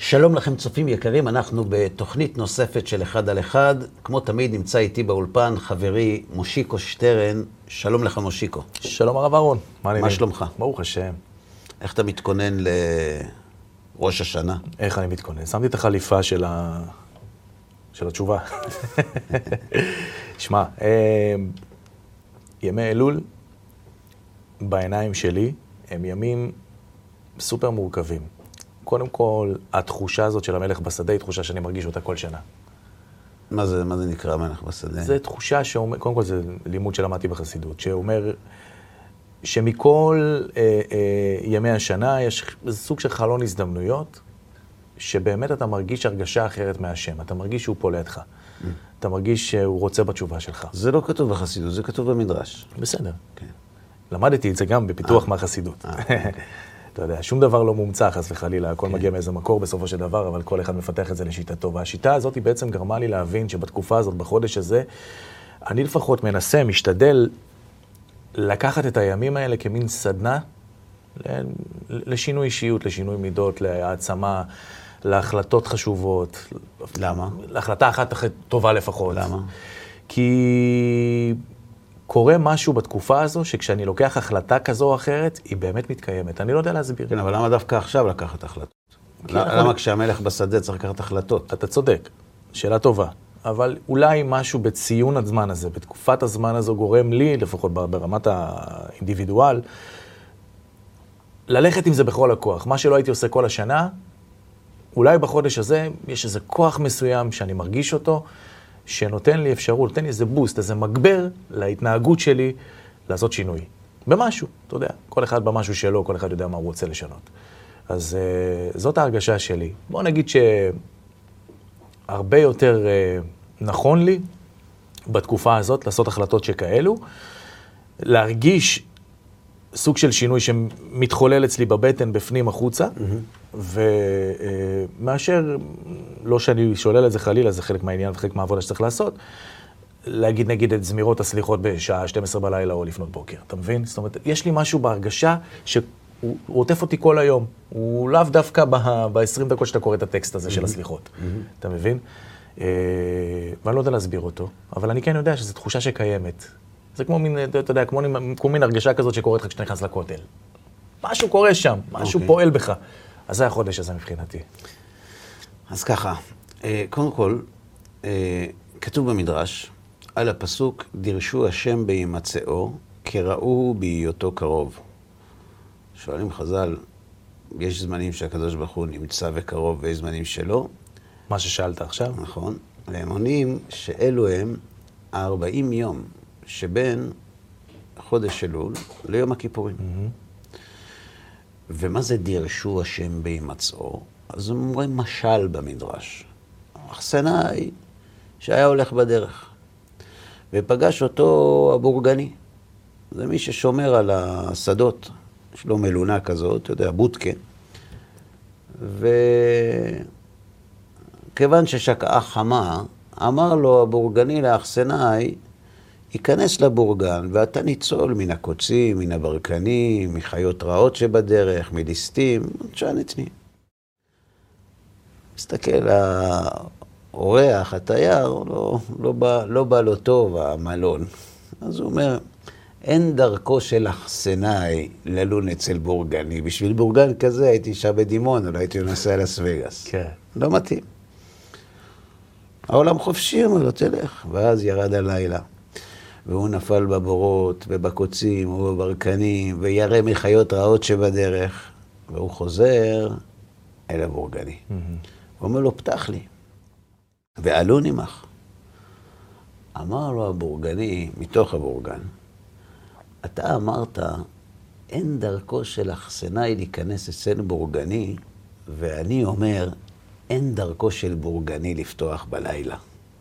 שלום לכם צופים יקרים, אנחנו בתוכנית נוספת של אחד על אחד. כמו תמיד נמצא איתי באולפן חברי מושיקו שטרן. שלום לך מושיקו. שלום הרב אהרון. מה שלומך? ברוך השם. איך אתה מתכונן לראש השנה? איך אני מתכונן? שמתי את החליפה של התשובה. שמע, ימי אלול בעיניים שלי הם ימים סופר מורכבים. קודם כל, התחושה הזאת של המלך בשדה היא תחושה שאני מרגיש אותה כל שנה. מה זה נקרא המלך בשדה? זה תחושה שאומר, קודם כל זה לימוד שלמדתי בחסידות, שאומר שמכל ימי השנה יש סוג של חלון הזדמנויות, שבאמת אתה מרגיש הרגשה אחרת מהשם, אתה מרגיש שהוא פה לידך, אתה מרגיש שהוא רוצה בתשובה שלך. זה לא כתוב בחסידות, זה כתוב במדרש. בסדר. כן. למדתי את זה גם בפיתוח מהחסידות. אתה יודע, שום דבר לא מומצא, חס וחלילה, הכל מגיע מאיזה מקור בסופו של דבר, אבל כל אחד מפתח את זה לשיטתו. והשיטה הזאת היא בעצם גרמה לי להבין שבתקופה הזאת, בחודש הזה, אני לפחות מנסה, משתדל לקחת את הימים האלה כמין סדנה לשינוי אישיות, לשינוי מידות, להעצמה, להחלטות חשובות. למה? להחלטה אחת טובה לפחות. למה? כי קורה משהו בתקופה הזו, שכשאני לוקח החלטה כזו או אחרת, היא באמת מתקיימת. אני לא יודע להסביר. כן, אבל למה דווקא עכשיו לקחת החלטות? למה כשהמלך בשדה צריך לקחת החלטות? אתה צודק, שאלה טובה. אבל אולי משהו בציון הזמן הזה, בתקופת הזמן הזו גורם לי, לפחות ברמת האינדיבידואל, ללכת עם זה בכל הכוח. מה שלא הייתי עושה כל השנה, אולי בחודש הזה יש איזה כוח מסוים שאני מרגיש אותו, שנותן לי אפשרות, נותן לי איזה בוסט, איזה מגבר להתנהגות שלי לעשות שינוי. במשהו, אתה יודע, כל אחד במשהו שלו, כל אחד יודע מה הוא רוצה לשנות. אז זאת ההרגשה שלי. בוא נגיד שהרבה יותר נכון לי בתקופה הזאת לעשות החלטות שכאלו, להרגיש סוג של שינוי שמתחולל אצלי בבטן, בפנים, החוצה, ומאשר, לא שאני שולל את זה חלילה, זה חלק מהעניין וחלק מהעבודה שצריך לעשות, להגיד נגיד את זמירות הסליחות בשעה 12 בלילה או לפנות בוקר, אתה מבין? זאת אומרת, יש לי משהו בהרגשה שהוא עוטף אותי כל היום, הוא לאו דווקא ב-20 דקות שאתה קורא את הטקסט הזה של הסליחות, אתה מבין? ואני לא יודע להסביר אותו, אבל אני כן יודע שזו תחושה שקיימת. זה כמו מין, אתה יודע, כמו מין הרגשה כזאת שקורית לך כשאתה נכנס לכותל. משהו קורה שם, משהו פועל בך. אז זה החודש הזה מבחינתי. אז ככה, קודם כל, כתוב במדרש, על הפסוק, דרשו השם בהימצאו, כראו בהיותו קרוב. שואלים חז"ל, יש זמנים שהקדוש ברוך הוא נמצא וקרוב, ויש זמנים שלא. מה ששאלת עכשיו? נכון. והם עונים שאלו הם 40 יום שבין חודש אלול ליום הכיפורים. ומה זה דרשו השם בהימצאו? אז הם אומרים משל במדרש. אכסנאי שהיה הולך בדרך, ופגש אותו הבורגני. זה מי ששומר על השדות, יש לו מלונה כזאת, אתה יודע, בוטקה. וכיוון ששקעה חמה, אמר לו הבורגני לאכסנאי, ייכנס לבורגן, ואתה ניצול מן הקוצים, מן הברקנים, מחיות רעות שבדרך, מליסטים, תשענתני. מסתכל, האורח, התייר, לא בא לו טוב, המלון. אז הוא אומר, אין דרכו של אכסנאי ללון אצל בורגני. בשביל בורגן כזה הייתי אישה בדימון, אולי הייתי נוסע לס וגאס. כן. לא מתאים. העולם חופשי, אומר לו, תלך. ואז ירד הלילה. והוא נפל בבורות ובקוצים ובברקנים וירא מחיות רעות שבדרך. והוא חוזר אל הבורגני. הוא אומר לו, פתח לי. ועלו נימך. אמר לו הבורגני, מתוך הבורגן, אתה אמרת, אין דרכו של אכסנאי להיכנס אצל בורגני, ואני אומר, אין דרכו של בורגני לפתוח בלילה.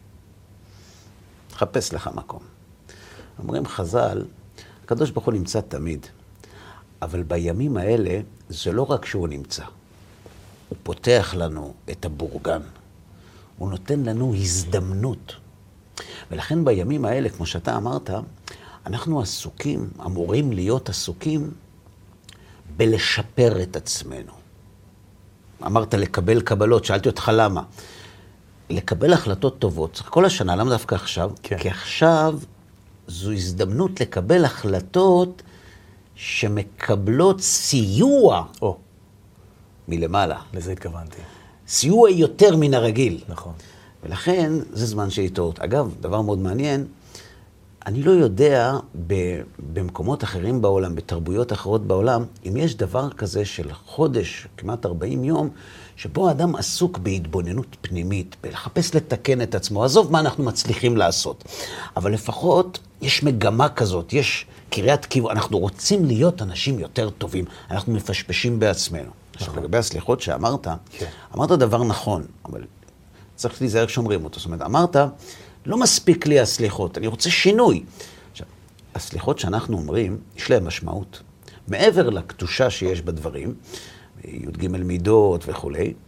חפש לך מקום. אומרים חז"ל, הקדוש ברוך הוא נמצא תמיד, אבל בימים האלה זה לא רק שהוא נמצא. הוא פותח לנו את הבורגן. הוא נותן לנו הזדמנות. ולכן בימים האלה, כמו שאתה אמרת, אנחנו עסוקים, אמורים להיות עסוקים בלשפר את עצמנו. אמרת לקבל קבלות, שאלתי אותך למה. לקבל החלטות טובות, כל השנה, למה דווקא עכשיו? כן. כי עכשיו זו הזדמנות לקבל החלטות שמקבלות סיוע מלמעלה. לזה התכוונתי. סיוע יותר מן הרגיל. נכון. ולכן זה זמן של התעוררות. אגב, דבר מאוד מעניין, אני לא יודע במקומות אחרים בעולם, בתרבויות אחרות בעולם, אם יש דבר כזה של חודש, כמעט 40 יום, שבו האדם עסוק בהתבוננות פנימית, בלחפש לתקן את עצמו. עזוב מה אנחנו מצליחים לעשות. אבל לפחות יש מגמה כזאת, יש קריאת כיוון, אנחנו רוצים להיות אנשים יותר טובים, אנחנו מפשפשים בעצמנו. עכשיו, לגבי הסליחות שאמרת, אמרת דבר נכון, אבל צריך להיזהר כשאומרים אותו. זאת אומרת, אמרת, לא מספיק לי הסליחות, אני רוצה שינוי. עכשיו, הסליחות שאנחנו אומרים, יש להם משמעות. מעבר לקדושה שיש בדברים, י"ג מידות וכו',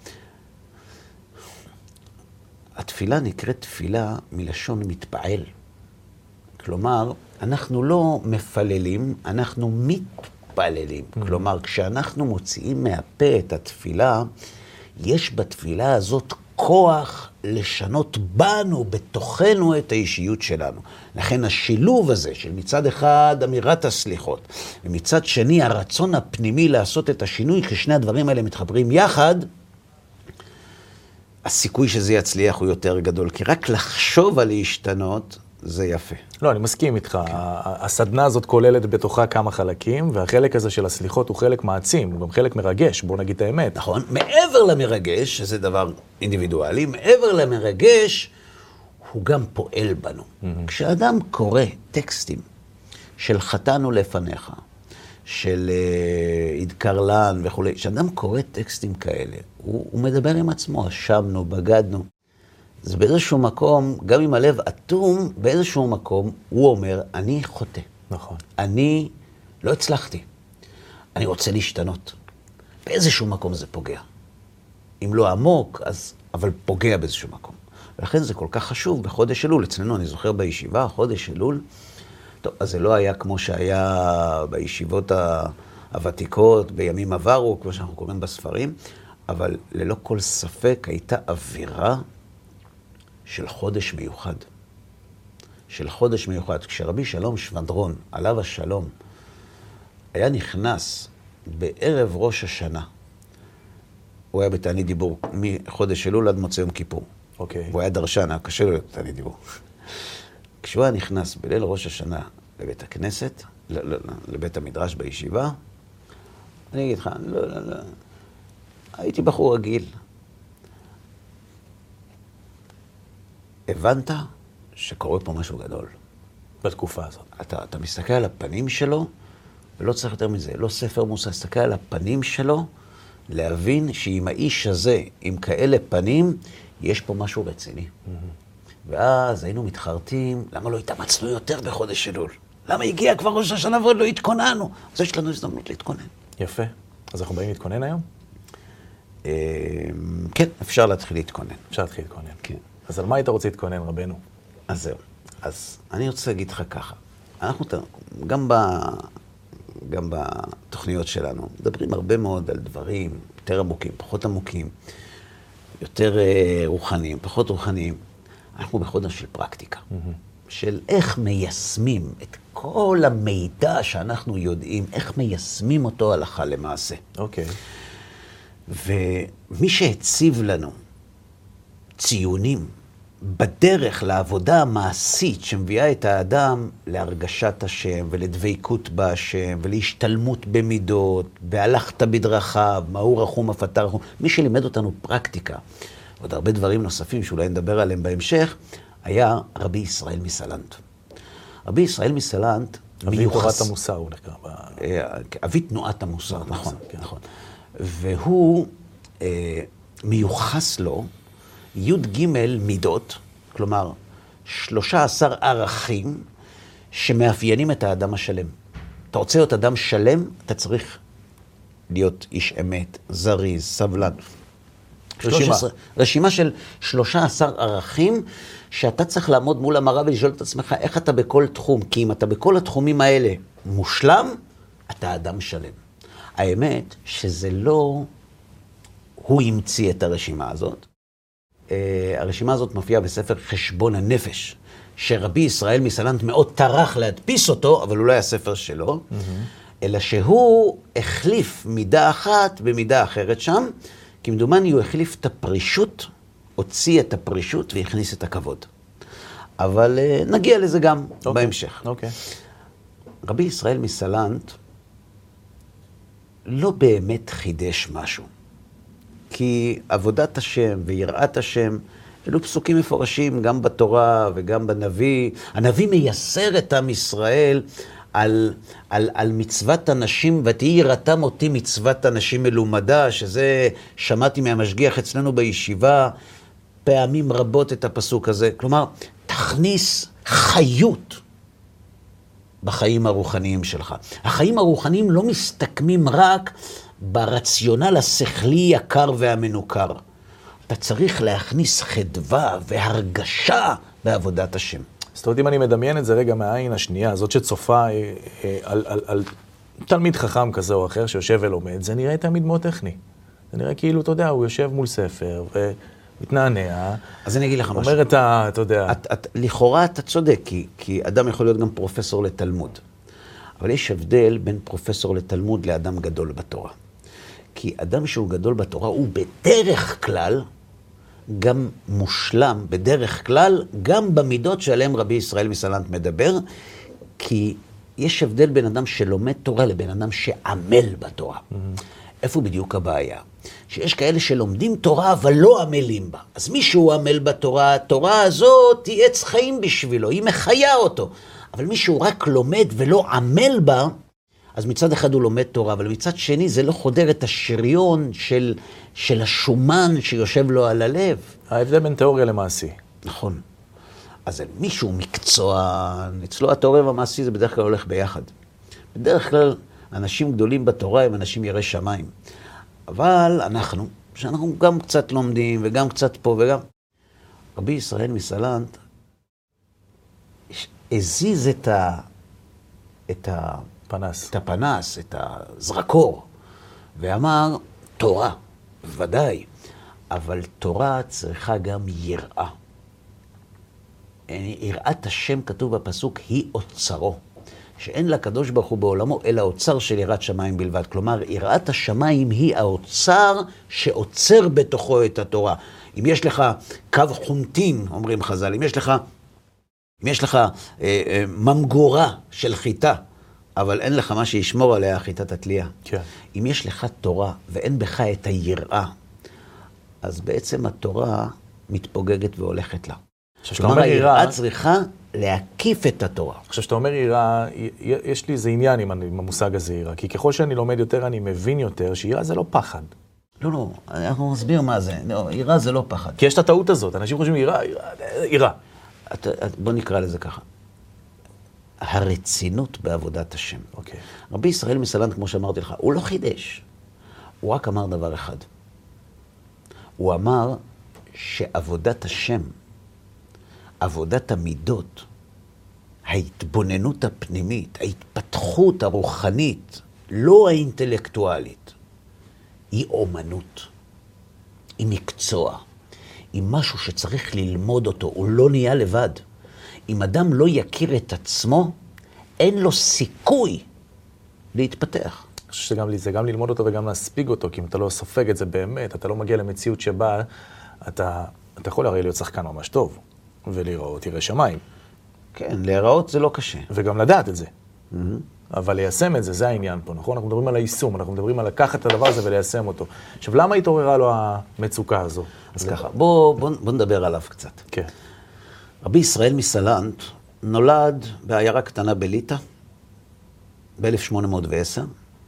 התפילה נקראת תפילה מלשון מתפעל. כלומר, אנחנו לא מפללים, אנחנו מתפללים. כלומר, כשאנחנו מוציאים מהפה את התפילה, יש בתפילה הזאת כוח לשנות בנו, בתוכנו, את האישיות שלנו. לכן השילוב הזה של מצד אחד אמירת הסליחות, ומצד שני הרצון הפנימי לעשות את השינוי, כששני הדברים האלה מתחברים יחד, הסיכוי שזה יצליח הוא יותר גדול, כי רק לחשוב על להשתנות זה יפה. לא, אני מסכים איתך. כן. הסדנה הזאת כוללת בתוכה כמה חלקים, והחלק הזה של הסליחות הוא חלק מעצים, הוא גם חלק מרגש, בוא נגיד את האמת. נכון, מעבר למרגש, שזה דבר אינדיבידואלי, מעבר למרגש, הוא גם פועל בנו. כשאדם קורא טקסטים של חטאנו לפניך, של התקרלן וכו', כשאדם קורא טקסטים כאלה, הוא מדבר עם עצמו, אשמנו, בגדנו. אז באיזשהו מקום, גם אם הלב אטום, באיזשהו מקום הוא אומר, אני חוטא. נכון. אני לא הצלחתי. אני רוצה להשתנות. באיזשהו מקום זה פוגע. אם לא עמוק, אז, אבל פוגע באיזשהו מקום. ולכן זה כל כך חשוב בחודש אלול. אצלנו, אני זוכר בישיבה, חודש אלול, טוב, אז זה לא היה כמו שהיה בישיבות הוותיקות, בימים עברו, כמו שאנחנו קוראים בספרים, אבל ללא כל ספק הייתה אווירה של חודש מיוחד. של חודש מיוחד. כשרבי שלום שבדרון, עליו השלום, היה נכנס בערב ראש השנה, הוא היה בתענית דיבור מחודש אלול עד מוצאי יום כיפור. אוקיי. הוא היה דרשן, היה קשה לו להיות בתענית דיבור. כשהוא היה נכנס בליל ראש השנה לבית הכנסת, לבית המדרש בישיבה, אני אגיד לך, לא, הייתי בחור רגיל. הבנת שקורה פה משהו גדול. בתקופה הזאת. אתה מסתכל על הפנים שלו, ולא צריך יותר מזה, לא ספר מוסר, מסתכל על הפנים שלו, להבין שעם האיש הזה, עם כאלה פנים, יש פה משהו רציני. ואז היינו מתחרטים, למה לא התאמצנו יותר בחודש אלול? למה הגיע כבר ראש השנה ועוד לא התכוננו? אז יש לנו הזדמנות להתכונן. יפה. אז אנחנו באים להתכונן היום? כן, אפשר להתחיל להתכונן. אפשר להתחיל להתכונן. כן. אז על מה היית רוצה להתכונן, רבנו? אז זהו. אז אני רוצה להגיד לך ככה. אנחנו גם בתוכניות שלנו מדברים הרבה מאוד על דברים יותר עמוקים, פחות עמוקים, יותר רוחניים, פחות רוחניים. אנחנו בחודש של פרקטיקה, של איך מיישמים את כל המידע שאנחנו יודעים, איך מיישמים אותו הלכה למעשה. אוקיי. ומי שהציב לנו ציונים בדרך לעבודה המעשית שמביאה את האדם להרגשת השם ולדבקות בהשם ולהשתלמות במידות, בהלכת בדרכיו, מהו רחום אף אתה רחום, מי שלימד אותנו פרקטיקה, עוד הרבה דברים נוספים שאולי נדבר עליהם בהמשך, היה רבי ישראל מסלנט. רבי ישראל מסלנט אבי תורת המוסר הוא נקרא. אבי תנועת המוסר, נכון, נכון. והוא מיוחס לו י"ג מידות, כלומר 13 ערכים שמאפיינים את האדם השלם. אתה רוצה להיות אדם שלם, אתה צריך להיות איש אמת, זריז, סבלן. רשימה של 13 ערכים שאתה צריך לעמוד מול המראה ולשאול את עצמך איך אתה בכל תחום, כי אם אתה בכל התחומים האלה מושלם, אתה אדם שלם. האמת שזה לא הוא המציא את הרשימה הזאת. הרשימה הזאת מופיעה בספר חשבון הנפש, שרבי ישראל מסלנט מאוד טרח להדפיס אותו, אבל הוא לא היה ספר שלו, אלא שהוא החליף מידה אחת במידה אחרת שם, כמדומני הוא החליף את הפרישות, הוציא את הפרישות והכניס את הכבוד. אבל נגיע לזה גם בהמשך. אוקיי. רבי ישראל מסלנט לא באמת חידש משהו. כי עבודת השם ויראת השם, אלו פסוקים מפורשים גם בתורה וגם בנביא. הנביא מייסר את עם ישראל על מצוות אנשים, ותהי יראתם אותי מצוות אנשים מלומדה, שזה שמעתי מהמשגיח אצלנו בישיבה פעמים רבות את הפסוק הזה. כלומר, תכניס חיות בחיים הרוחניים שלך. החיים הרוחניים לא מסתכמים רק ברציונל השכלי יקר והמנוכר. אתה צריך להכניס חדווה והרגשה בעבודת השם. זאת אומרת, אם אני מדמיין את זה רגע מהעין השנייה, זאת שצופה על תלמיד חכם כזה או אחר שיושב ולומד, זה נראה תמיד מאוד טכני. זה נראה כאילו, אתה יודע, הוא יושב מול ספר ומתנענע. אז אני אגיד לך משהו. אומר אתה יודע. לכאורה אתה צודק, כי אדם יכול להיות גם פרופסור לתלמוד. אבל יש הבדל בין פרופסור לתלמוד לאדם גדול בתורה. כי אדם שהוא גדול בתורה הוא בדרך כלל גם מושלם, בדרך כלל גם במידות שעליהם רבי ישראל מסלנט מדבר, כי יש הבדל בין אדם שלומד תורה לבין אדם שעמל בתורה. איפה בדיוק הבעיה? שיש כאלה שלומדים תורה אבל לא עמלים בה. אז מישהו עמל בתורה, התורה הזאת היא עץ חיים בשבילו, היא מחיה אותו. אבל מישהו רק לומד ולא עמל בה, אז מצד אחד הוא לומד תורה, אבל מצד שני זה לא חודר את השריון של השומן שיושב לו על הלב. ההבדל בין תיאוריה למעשי. נכון. אז מישהו מקצוע, אצלו התיאוריה והמעשי זה בדרך כלל הולך ביחד. בדרך כלל אנשים גדולים בתורה הם אנשים יראי שמיים. אבל אנחנו, שאנחנו גם קצת לומדים וגם קצת פה וגם... רבי ישראל מסלנט הזיז את הפנס, את הזרקור, ואמר, תורה, ודאי, אבל תורה צריכה גם יראה. יראת השם כתוב בפסוק, היא אוצרו, שאין לקדוש ברוך הוא בעולמו, אלא אוצר של יראת שמיים בלבד. כלומר, יראת השמיים היא האוצר שעוצר בתוכו את התורה. אם יש לך קו חומטין, אומרים חז"ל, אם יש לך ממגורה של חיטה, אבל אין לך מה שישמור עליה חיטת התלייה. כן. אם יש לך תורה ואין בך את היראה, אז בעצם התורה מתפוגגת והולכת לה. כלומר, היראה צריכה להקיף את התורה. עכשיו, שאתה אומר יראה, יש לי איזה עניין עם המושג הזה יראה, כי ככל שאני לומד יותר, אני מבין יותר שיראה זה לא פחד. לא, אנחנו נסביר מה זה. יראה זה לא פחד. כי יש את הטעות הזאת, אנשים חושבים יראה. בוא נקרא לזה ככה. הרצינות בעבודת השם. אוקיי. רבי ישראל מסלנט, כמו שאמרתי לך, הוא לא חידש. הוא רק אמר דבר אחד. הוא אמר שעבודת השם, עבודת המידות, ההתבוננות הפנימית, ההתפתחות הרוחנית, לא האינטלקטואלית, היא אומנות, היא מקצוע, היא משהו שצריך ללמוד אותו, הוא לא נהיה לבד. אם אדם לא יכיר את עצמו, אין לו סיכוי להתפתח. אני חושב שזה גם ללמוד אותו וגם להספיג אותו, כי אם אתה לא סופג את זה באמת, אתה לא מגיע למציאות שבה אתה יכול הרי להיות שחקן ממש טוב, ולהיראות ירא שמיים. כן, להיראות זה לא קשה. וגם לדעת את זה. אבל ליישם את זה, זה העניין פה, נכון? אנחנו מדברים על היישום, אנחנו מדברים על לקחת את הדבר הזה וליישם אותו. עכשיו, למה התעוררה לו המצוקה הזו? אז ככה, בוא נדבר עליו קצת. כן. רבי ישראל מסלנט נולד בעיירה קטנה בליטא, ב-1810,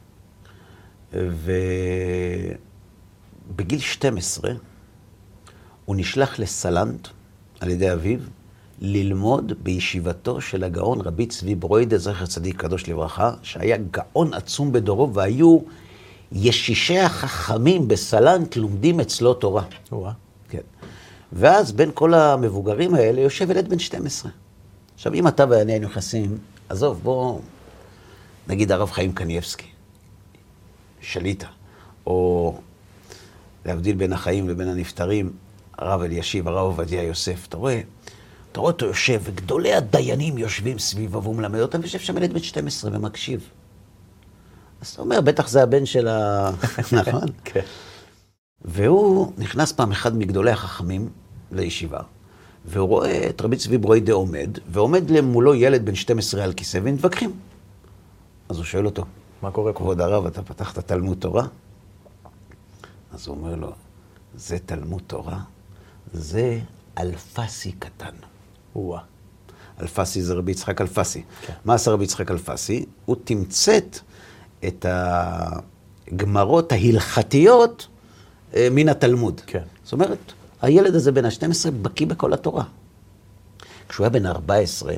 ובגיל 12 הוא נשלח לסלנט על ידי אביו, ללמוד בישיבתו של הגאון רבי צבי ברוידה, זכר צדיק קדוש לברכה, שהיה גאון עצום בדורו, והיו ישישי החכמים בסלנט לומדים אצלו תורה. כן. ואז בין כל המבוגרים האלה יושב ילד בן 12. עכשיו, אם אתה ואני היינו נכנסים, עזוב, בוא נגיד הרב חיים קניבסקי, שליטה, או להבדיל בין החיים ובין הנפטרים, הרב אלישיב, הרב עובדיה יוסף, אתה רואה אותו יושב, וגדולי הדיינים יושבים סביבו, והוא מלמד אותם, ויושב שם ילד בן 12 ומקשיב. אז אתה אומר, בטח זה הבן של נכון? כן. והוא נכנס פעם אחד מגדולי החכמים לישיבה, והוא רואה את רבי צבי ברוידה עומד, ועומד למולו ילד בן 12 על כיסא, ומתווכחים. אז הוא שואל אותו, מה קורה פה? כבוד הרב, אתה פתחת תלמוד תורה? אז הוא אומר לו, זה תלמוד תורה? זה אלפסי קטן. וואה. אלפסי זה רבי יצחק אלפסי. כן. מה עשה רבי יצחק אלפסי? הוא תמצת את הגמרות ההלכתיות מן התלמוד. כן. זאת אומרת, הילד הזה בן ה-12 בקיא בכל התורה. כשהוא היה בן 14,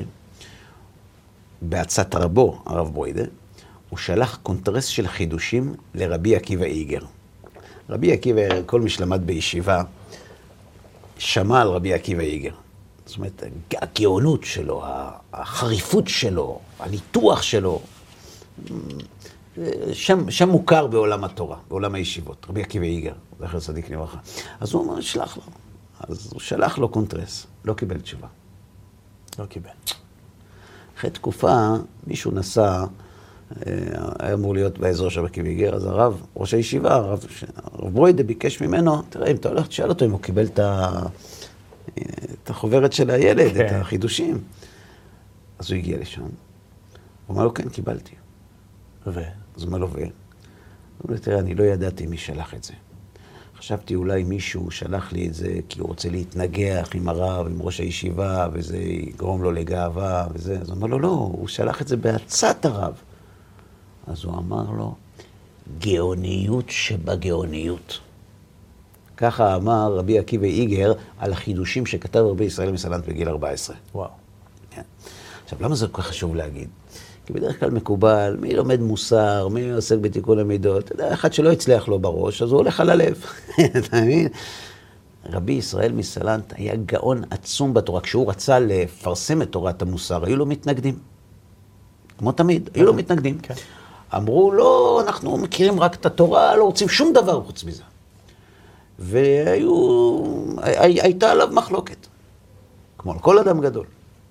בעצת רבו, הרב ברוידה, הוא שלח קונטרס של חידושים לרבי עקיבא איגר. רבי עקיבא, כל מי שלמד בישיבה, שמע על רבי עקיבא איגר. זאת אומרת, הגאונות שלו, החריפות שלו, הניתוח שלו, שם מוכר בעולם התורה, בעולם הישיבות. רבי עקיבא איגר, זכר צדיק לברכה. אז הוא אמר, שלח לו. אז הוא שלח לו קונטרס, לא קיבל תשובה. לא קיבל. אחרי תקופה, מישהו נסע, היה אמור להיות באזור של רבי עקיבא איגר, אז הרב, ראש הישיבה, הרב ברוידה ביקש ממנו, תראה, אם אתה הולך, תשאל אותו אם הוא קיבל את החוברת של הילד, את החידושים. אז הוא הגיע לשם. הוא אמר לו, כן, קיבלתי. אז הוא אומר לו, הוא אומר, תראה, אני לא ידעתי מי שלח את זה. חשבתי אולי מישהו שלח לי את זה כי הוא רוצה להתנגח עם הרב, עם ראש הישיבה, וזה יגרום לו לגאווה וזה. אז הוא אומר לו, לא, הוא שלח את זה בעצת הרב. אז הוא אמר לו, גאוניות שבגאוניות. ככה אמר רבי עקיבא איגר על החידושים שכתב רבי ישראל מסלנט בגיל 14. וואו. כן. עכשיו, למה זה כל כך חשוב להגיד? כי בדרך כלל מקובל, מי לומד מוסר, מי עוסק בתיקון המידות, אתה יודע, אחד שלא הצליח לו בראש, אז הוא הולך על הלב. אתה מבין? רבי ישראל מסלנט היה גאון עצום בתורה. כשהוא רצה לפרסם את תורת המוסר, היו לו מתנגדים. כמו תמיד, היו לו מתנגדים. כן. אמרו, לא, אנחנו מכירים רק את התורה, לא רוצים שום דבר חוץ מזה. והייתה עליו מחלוקת, כמו על כל אדם גדול.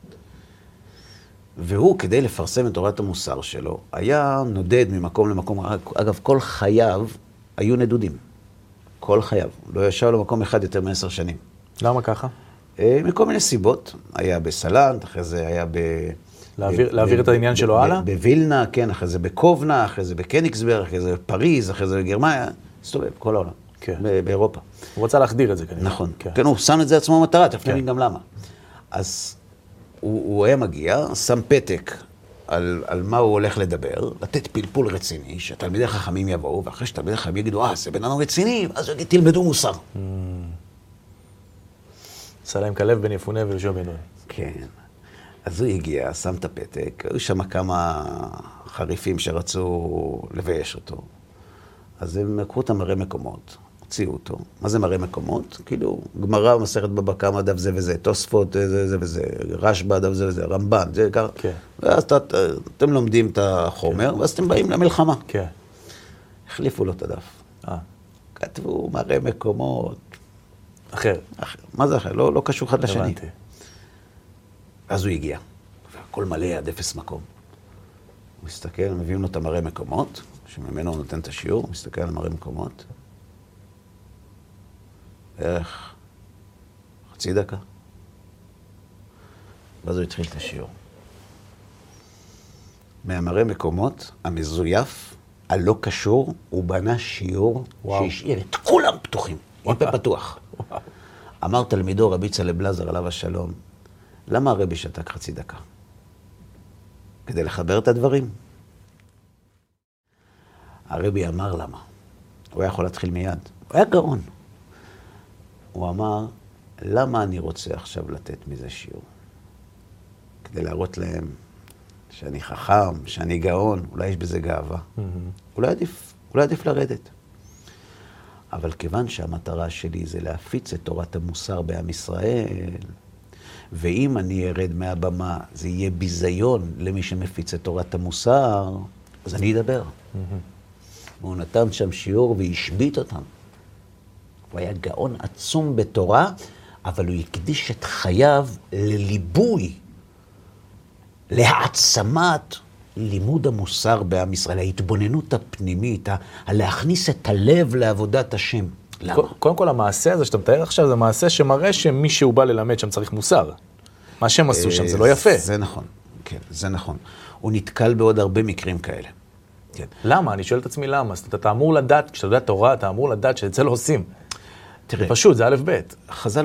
והוא, כדי לפרסם את תורת המוסר שלו, היה נודד ממקום למקום. אגב, כל חייו היו נדודים. כל חייו. לא ישב למקום אחד יותר מ10 שנים. למה ככה? מכל מיני סיבות. היה בסלנט, אחרי זה היה להעביר את העניין שלו הלאה? בווילנה, כן, אחרי זה בקובנה, אחרי זה בקניגסברג, אחרי זה בפריז, אחרי זה בגרמניה. הסתובב, כל העולם. כן. באירופה. הוא רוצה להחדיר את זה כנראה. נכון. כן, הוא שם את זה עצמו מטרה, תפנים גם למה. אז הוא היה מגיע, שם פתק על מה הוא הולך לדבר, לתת פלפול רציני, שתלמידי חכמים יבואו, ואחרי שתלמידי חכמים יגידו, זה בן אדם רציני, אז הוא יגיד, תלמדו מוסר. עשה להם כלב בן יפונה ולשון בן נון. כן. אז הוא הגיע, שם את הפתק, היו שם כמה חריפים שרצו לבייש אותו. אז הם לקחו אותם מראה מקומות, הוציאו אותו. מה זה מראה מקומות? כאילו, גמרא, מסכת בבא קמא, דף זה וזה, תוספות, זה וזה, רשב"א, דף זה וזה, רמב"ן, זה ככה. כן. ואז אתם לומדים את החומר, ואז אתם באים למלחמה. כן. החליפו לו את הדף. כתבו מראה מקומות. אחר. מה זה אחר? לא קשור אחד לשני. הבנתי. אז הוא הגיע, והכל מלא עד 0 מקום. הוא מסתכל, מביאים לו את המראה מקומות, שממנו הוא נותן את השיעור, הוא מסתכל על מראה מקומות. בערך חצי דקה. ואז הוא התחיל את השיעור. מהמראה מקומות, המזויף, הלא קשור, הוא בנה שיעור שהשאיר את כולם פתוחים, עם פה פתוח. אמר תלמידו רבי צלב לזר עליו השלום, למה הרבי שתק חצי דקה? כדי לחבר את הדברים. הרבי אמר למה. הוא היה יכול להתחיל מיד. הוא היה גאון. הוא אמר, למה אני רוצה עכשיו לתת מזה שיעור? כדי להראות להם שאני חכם, שאני גאון, אולי יש בזה גאווה. אולי עדיף לרדת. אבל כיוון שהמטרה שלי זה להפיץ את תורת המוסר בעם ישראל, ואם אני ארד מהבמה, זה יהיה ביזיון למי שמפיץ את תורת המוסר, אז אני אדבר. והוא נתן שם שיעור והשבית אותם. הוא היה גאון עצום בתורה, אבל הוא הקדיש את חייו לליבוי, להעצמת לימוד המוסר בעם ישראל, ההתבוננות הפנימית, להכניס את הלב לעבודת השם. למה? קודם כל, המעשה הזה שאתה מתאר עכשיו, זה מעשה שמראה שמי שהוא בא ללמד שם צריך מוסר. מה שהם עשו שם זה לא יפה. זה נכון, כן, זה נכון. הוא נתקל בעוד הרבה מקרים כאלה. כן. למה? אני שואל את עצמי למה. אתה אמור לדעת, כשאתה יודע תורה, אתה אמור לדעת שאת זה לא עושים. תראה, פשוט, זה א' ב'. חז"ל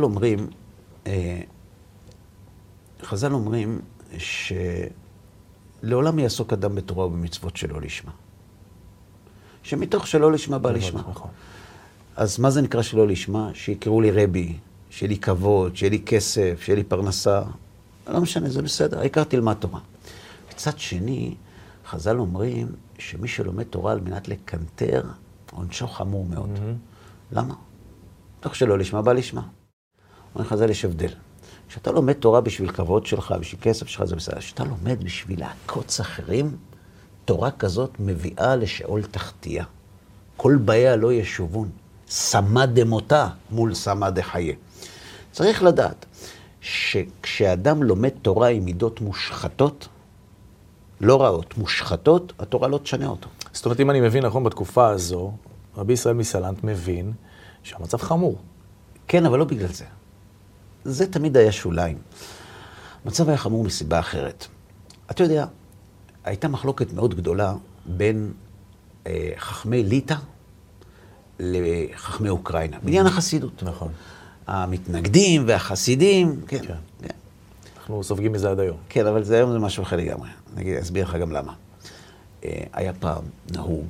אומרים שלעולם יעסוק אדם בתורה ובמצוות שלא לשמה. שמתוך שלא לשמה בא לשמה. נכון. אז מה זה נקרא שלא לשמה? שיקראו לי רבי, שיהיה לי כבוד, שיהיה לי כסף, שיהיה לי פרנסה. לא משנה, זה בסדר, העיקר תלמד תורה. מצד שני, חז"ל אומרים שמי שלומד תורה על מנת לקנטר, עונשו חמור מאוד. למה? תוך שלא לשמה בא לשמה. אומרים חז"ל, יש הבדל. כשאתה לומד תורה בשביל כבוד שלך, בשביל כסף שלך, זה בסדר. כשאתה לומד בשביל לעקוץ אחרים, תורה כזאת מביאה לשאול תחתיה. כל באיה לא ישובון. שמה דמותה מול שמה דחיה. צריך לדעת שכשאדם לומד תורה עם מידות מושחתות, לא רעות, מושחתות, התורה לא תשנה אותו. זאת אומרת, אם אני מבין נכון בתקופה הזו, רבי ישראל מסלנט מבין שהמצב חמור. כן, אבל לא בגלל זה. זה תמיד היה שוליים. המצב היה חמור מסיבה אחרת. אתה יודע, הייתה מחלוקת מאוד גדולה בין חכמי ליטא לחכמי אוקראינה, בעניין החסידות. נכון. המתנגדים והחסידים, כן. כן. אנחנו סופגים מזה עד היום. כן, אבל היום זה משהו אחר לגמרי. אני אסביר לך גם למה. היה פעם נהוג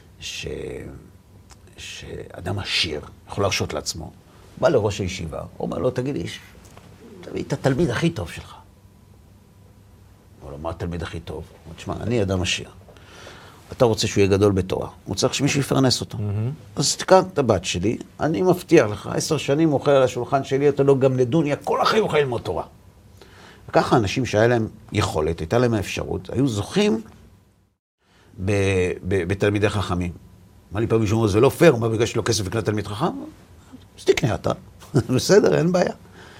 שאדם עשיר יכול להרשות לעצמו, בא לראש הישיבה, אומר לו, תגיד איש, תביא את התלמיד הכי טוב שלך. אומר לו, מה התלמיד הכי טוב? הוא אומר, תשמע, אני אדם עשיר. אתה רוצה שהוא יהיה גדול בתורה, הוא צריך שמישהו יפרנס אותו. אז תקן את הבת שלי, אני מבטיח לך, 10 שנים הוא אוכל על השולחן שלי, אתה לא גם נדוניה, כל החיים הוא אוכל ללמוד תורה. וככה אנשים שהיה להם יכולת, הייתה להם האפשרות, היו זוכים בתלמידי חכמים. מה לי פעם מישהו אומר, זה לא פייר, מה בגלל שלא כסף וקנה תלמיד חכם? אז תקנה אתה, בסדר, אין בעיה.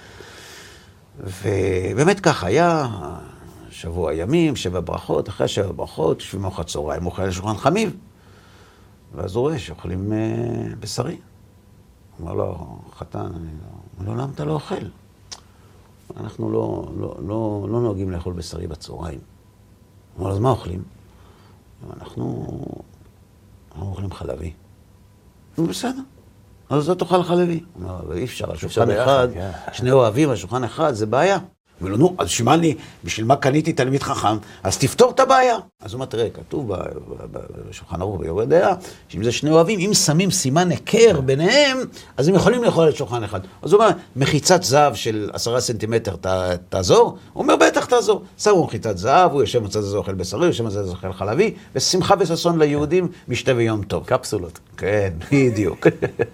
ובאמת ככה היה שבוע ימים, 7 ברכות, אחרי 7 ברכות, יושבים ארוחת צהריים, אוכל על השולחן חמיב. ואז הוא רואה שאוכלים בשרי. הוא אומר לו, חתן, אני לא, למה אתה לא אוכל? אנחנו לא נוהגים לאכול בשרי בצהריים. הוא אומר, אז מה אוכלים? אנחנו אוכלים חלבי. הוא בסדר. אז אתה תאכל חלבי. הוא אומר, אבל אי אפשר, על שולחן אחד, שני אוהבים, על שולחן אחד, זה בעיה. הוא אומר, נו, אז בשביל מה קניתי תלמיד חכם? אז תפתור את הבעיה. אז הוא אומר, תראה, כתוב בשולחן ערוך ביורה דעה, שאם זה 2 אוהבים, אם שמים סימן היכר ביניהם, אז הם יכולים לאכול על שולחן אחד. אז הוא אומר, מחיצת זהב של 10 סנטימטר תעזור? הוא אומר, בטח תעזור. שמו מחיצת זהב, הוא יושב מצד הזה אוכל בשרי, יושב מצד הזה אוכל חלבי, ושמחה וששון ליהודים, משתה ויום טוב. קפסולות. כן, בדיוק.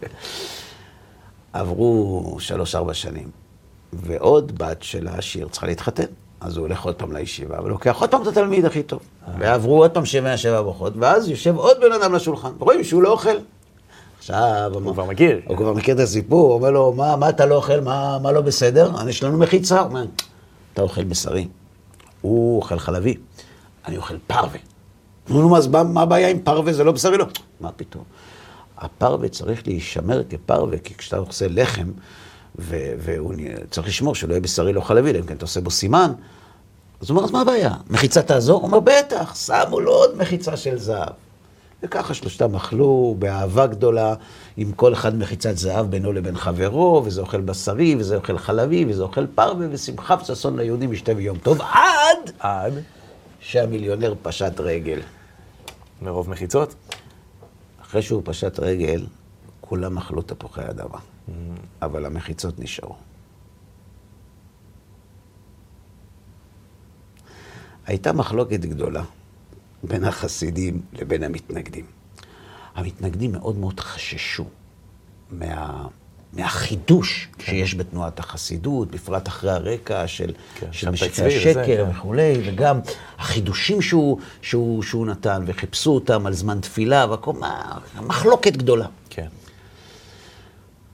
עברו 3-4 שנים. ועוד בת של העשיר צריכה להתחתן. אז הוא הולך עוד פעם לישיבה, ולוקח עוד פעם את התלמיד הכי טוב. ועברו עוד פעם 7 ברכות, ואז יושב עוד בן אדם לשולחן. רואים שהוא לא אוכל. עכשיו, הוא כבר מכיר. הוא כבר מכיר את הסיפור, הוא אומר לו, מה אתה לא אוכל, מה לא בסדר? יש לנו מחיצה. הוא אומר, אתה אוכל בשרי. הוא אוכל חלבי. אני אוכל פרווה. נו, אז מה הבעיה עם פרווה? זה לא בשרי, לא. מה פתאום? הפרווה צריך להישמר כפרווה, כי כשאתה עושה לחם, והוא צריך לשמור שלא יהיה בשרי לא חלבי, אם כן אתה עושה בו סימן. אז הוא אומר, אז מה הבעיה? מחיצה תעזור? הוא אומר, בטח, שמו לו עוד מחיצה של זהב. וככה 3 אכלו באהבה גדולה, עם כל אחד מחיצת זהב בינו לבין חברו, וזה אוכל בשרי, וזה אוכל חלבי, וזה אוכל פרווה, ושמחה וששון ליהודים משתה ויום טוב, עד שהמיליונר פשט רגל. מרוב מחיצות? אחרי שהוא פשט רגל, כולם אכלו תפוחי אדמה. אבל המחיצות נשארו. הייתה מחלוקת גדולה בין החסידים לבין המתנגדים. המתנגדים מאוד מאוד חששו מהחידוש שיש בתנועת החסידות, בפרט אחרי הרקע של משקי השקר וכולי, וגם החידושים שהוא נתן, וחיפשו אותם על זמן תפילה, מחלוקת גדולה. כן.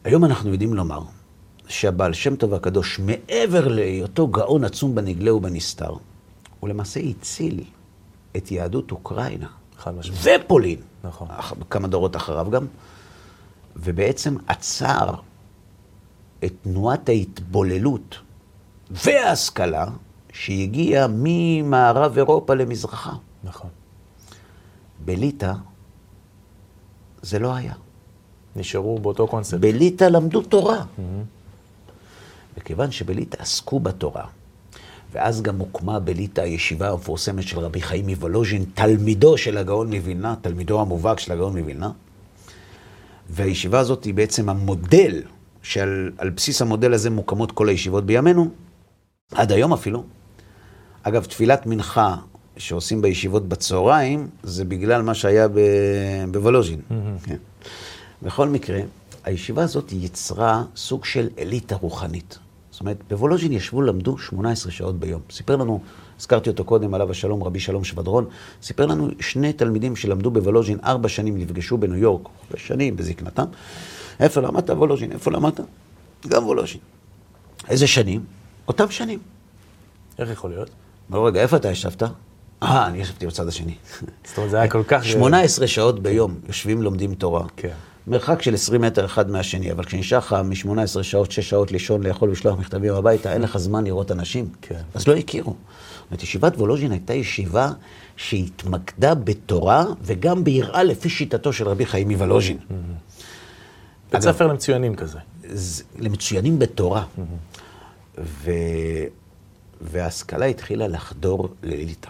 היום אנחנו יודעים לומר שהבעל שם טוב הקדוש, מעבר להיותו גאון עצום בנגלה ובנסתר, הוא למעשה הציל את יהדות אוקראינה. חד משמעית. ופולין. נכון. כמה דורות אחריו גם. ובעצם עצר את תנועת ההתבוללות וההשכלה שהגיעה ממערב אירופה למזרחה. נכון. בליטא זה לא היה. נשארו באותו קונספט. בליטא למדו תורה. וכיוון שבליטא עסקו בתורה, ואז גם הוקמה בליטא הישיבה המפורסמת של רבי חיים מוולוז'ין, תלמידו של הגאון מווילנה, תלמידו המובהק של הגאון מווילנה, והישיבה הזאת היא בעצם המודל, שעל בסיס המודל הזה מוקמות כל הישיבות בימינו, עד היום אפילו. אגב, תפילת מנחה שעושים בישיבות בצהריים, זה בגלל מה שהיה בוולוז'ין. כן. בכל מקרה, הישיבה הזאת יצרה סוג של אליטה רוחנית. זאת אומרת, בוולוז'ין ישבו, למדו 18 שעות ביום. סיפר לנו, הזכרתי אותו קודם, עליו השלום, רבי שלום שבדרון, סיפר לנו 2 תלמידים שלמדו בוולוז'ין 4 שנים, נפגשו בניו יורק, 4 שנים בזקנתם. איפה למדת וולוז'ין? איפה למדת? גם וולוז'ין. איזה שנים? אותם שנים. איך יכול להיות? אמרו, רגע, איפה אתה ישבת? אני ישבתי בצד השני. זאת אומרת, זה היה כל כך... 18 שעות ביום יושבים לומדים תורה. כן. מרחק של 20 מטר אחד מהשני, אבל כשנשאר לך מ-18 שעות, 6 שעות לישון, לאכול ולשלוח מכתבים הביתה, אין לך זמן לראות אנשים. כן. אז לא הכירו. זאת אומרת, ישיבת וולוז'ין הייתה ישיבה שהתמקדה בתורה, וגם ביראה לפי שיטתו של רבי חיים מוולוז'ין. בית ספר למצוינים כזה. למצוינים בתורה. וההשכלה התחילה לחדור לליטא.